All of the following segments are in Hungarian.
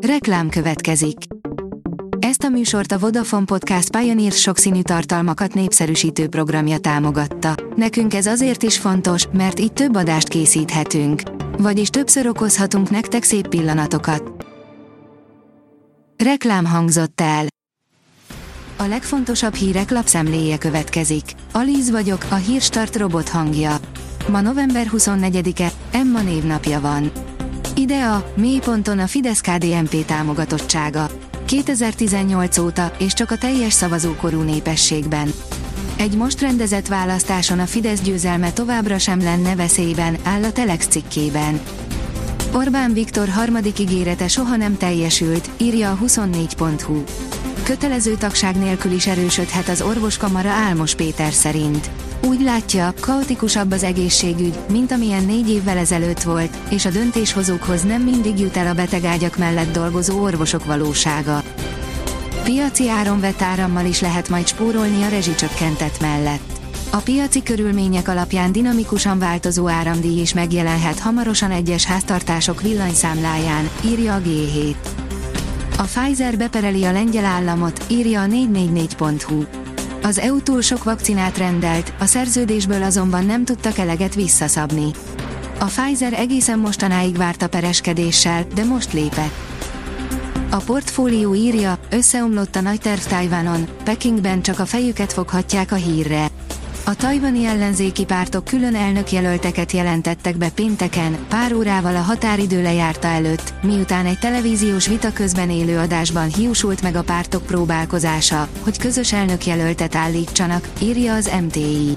Reklám következik. Ezt a műsort a Vodafone Podcast Pioneer sokszínű tartalmakat népszerűsítő programja támogatta. Nekünk ez azért is fontos, mert így több adást készíthetünk. Vagyis többször okozhatunk nektek szép pillanatokat. Reklám hangzott el. A legfontosabb hírek lapszemléje következik. Alíz vagyok, a Hírstart robot hangja. Ma november 24-e, Emma névnapja van. Ide a mélyponton a Fidesz-KDNP támogatottsága. 2018 óta, és csak a teljes szavazókorú népességben. Egy most rendezett választáson a Fidesz győzelme továbbra sem lenne veszélyben, áll a Telex cikkében. Orbán Viktor harmadik ígérete soha nem teljesült, írja a 24.hu. Kötelező tagság nélkül is erősödhet az orvoskamara Álmos Péter szerint. Úgy látja, kaotikusabb az egészségügy, mint amilyen 4 évvel ezelőtt volt, és a döntéshozókhoz nem mindig jut el a betegágyak mellett dolgozó orvosok valósága. Piaci áron vett árammal is lehet majd spórolni a rezsicsökkentet mellett. A piaci körülmények alapján dinamikusan változó áramdíj is megjelenhet hamarosan egyes háztartások villanyszámláján, írja a G7. A Pfizer bepereli a lengyel államot, írja a 444.hu. Az EU túl sok vakcinát rendelt, a szerződésből azonban nem tudtak eleget visszaszabni. A Pfizer egészen mostanáig várt a pereskedéssel, de most lépett. A Portfólió írja, összeomlott a nagy terv Tajvanon, Pekingben csak a fejüket foghatják a hírre. A tajvani ellenzéki pártok külön elnökjelölteket jelentettek be pénteken, pár órával a határidő lejárta előtt, miután egy televíziós vita közben élő adásban hiúsult meg a pártok próbálkozása, hogy közös elnökjelöltet állítsanak, írja az MTI.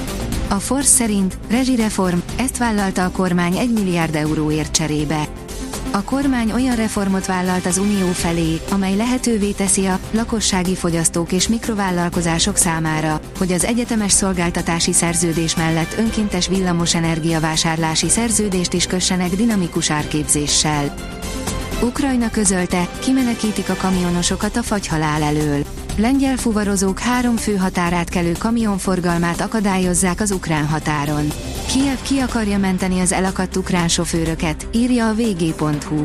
A Force szerint rezsireform, ezt vállalta a kormány 1 milliárd euróért cserébe. A kormány olyan reformot vállalt az Unió felé, amely lehetővé teszi a lakossági fogyasztók és mikrovállalkozások számára, hogy az egyetemes szolgáltatási szerződés mellett önkéntes villamosenergia-vásárlási szerződést is kössenek dinamikus árképzéssel. Ukrajna közölte, kimenekítik a kamionosokat a fagyhalál elől. Lengyel fuvarozók 3 fő határátkelő kamionforgalmát akadályozzák az ukrán határon. Kijev ki akarja menteni az elakadt ukrán sofőröket, írja a vg.hu.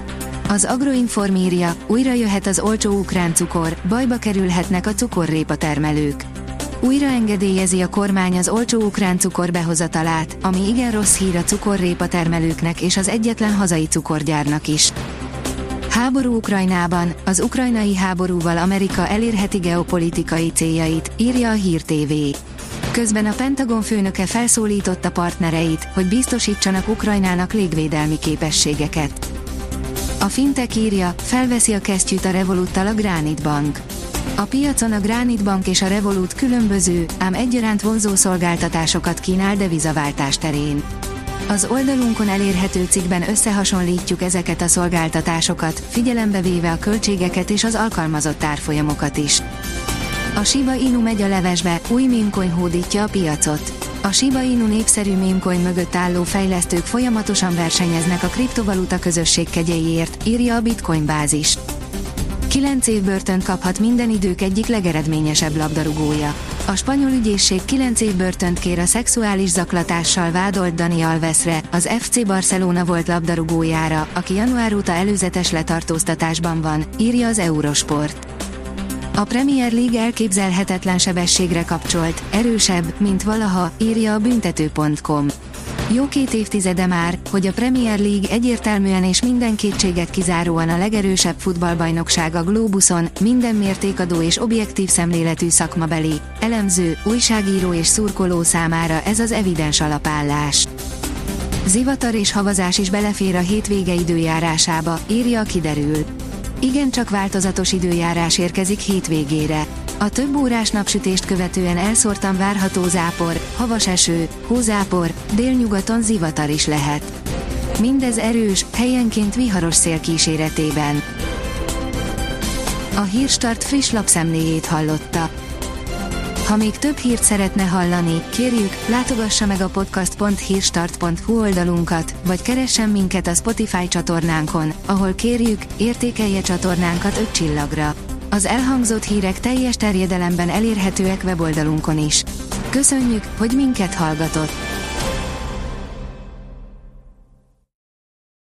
Az Agroinform írja, újra jöhet az olcsó ukrán cukor, bajba kerülhetnek a cukorrépa termelők. Újra engedélyezi a kormány az olcsó ukrán cukor behozatalát, ami igen rossz hír a cukorrépa termelőknek és az egyetlen hazai cukorgyárnak is. Háború Ukrajnában, az ukrajnai háborúval Amerika elérheti geopolitikai céljait, írja a Hír TV. Közben a Pentagon főnöke felszólította partnereit, hogy biztosítsanak Ukrajnának légvédelmi képességeket. A Fintech írja, felveszi a kesztyűt a Revoluttal a Granite Bank. A piacon a Granite Bank és a Revolut különböző, ám egyaránt vonzó szolgáltatásokat kínál devizaváltás terén. Az oldalunkon elérhető cikkben összehasonlítjuk ezeket a szolgáltatásokat, figyelembe véve a költségeket és az alkalmazott árfolyamokat is. A Shiba Inu megy a levesbe, új memecoin hódítja a piacot. A Shiba Inu népszerű memecoin mögött álló fejlesztők folyamatosan versenyeznek a kriptovaluta közösség kegyeiért, írja a Bitcoin bázis. 9 év börtönt kaphat minden idők egyik legeredményesebb labdarúgója. A spanyol ügyészség 9 év börtönt kér a szexuális zaklatással vádolt Dani Alvesre, az FC Barcelona volt labdarúgójára, aki január óta előzetes letartóztatásban van, írja az Eurosport. A Premier League elképzelhetetlen sebességre kapcsolt, erősebb, mint valaha, írja a büntető.com. Jó 2 évtizede már, hogy a Premier League egyértelműen és minden kétséget kizáróan a legerősebb futballbajnokság a Globuson, minden mértékadó és objektív szemléletű szakmabeli, elemző, újságíró és szurkoló számára ez az evidens alapállás. Zivatar és havazás is belefér a hétvége időjárásába, írja a Kiderül. Igencsak változatos időjárás érkezik hétvégére. A több órás napsütést követően elszórtan várható zápor, havas eső, hózápor, délnyugaton zivatar is lehet. Mindez erős, helyenként viharos szél kíséretében. A Hírstart friss lapszemléjét hallotta. Ha még több hírt szeretne hallani, kérjük, látogassa meg a podcast.hírstart.hu oldalunkat, vagy keressen minket a Spotify csatornánkon, ahol kérjük, értékelje csatornánkat 5 csillagra. Az elhangzott hírek teljes terjedelemben elérhetőek weboldalunkon is. Köszönjük, hogy minket hallgatott!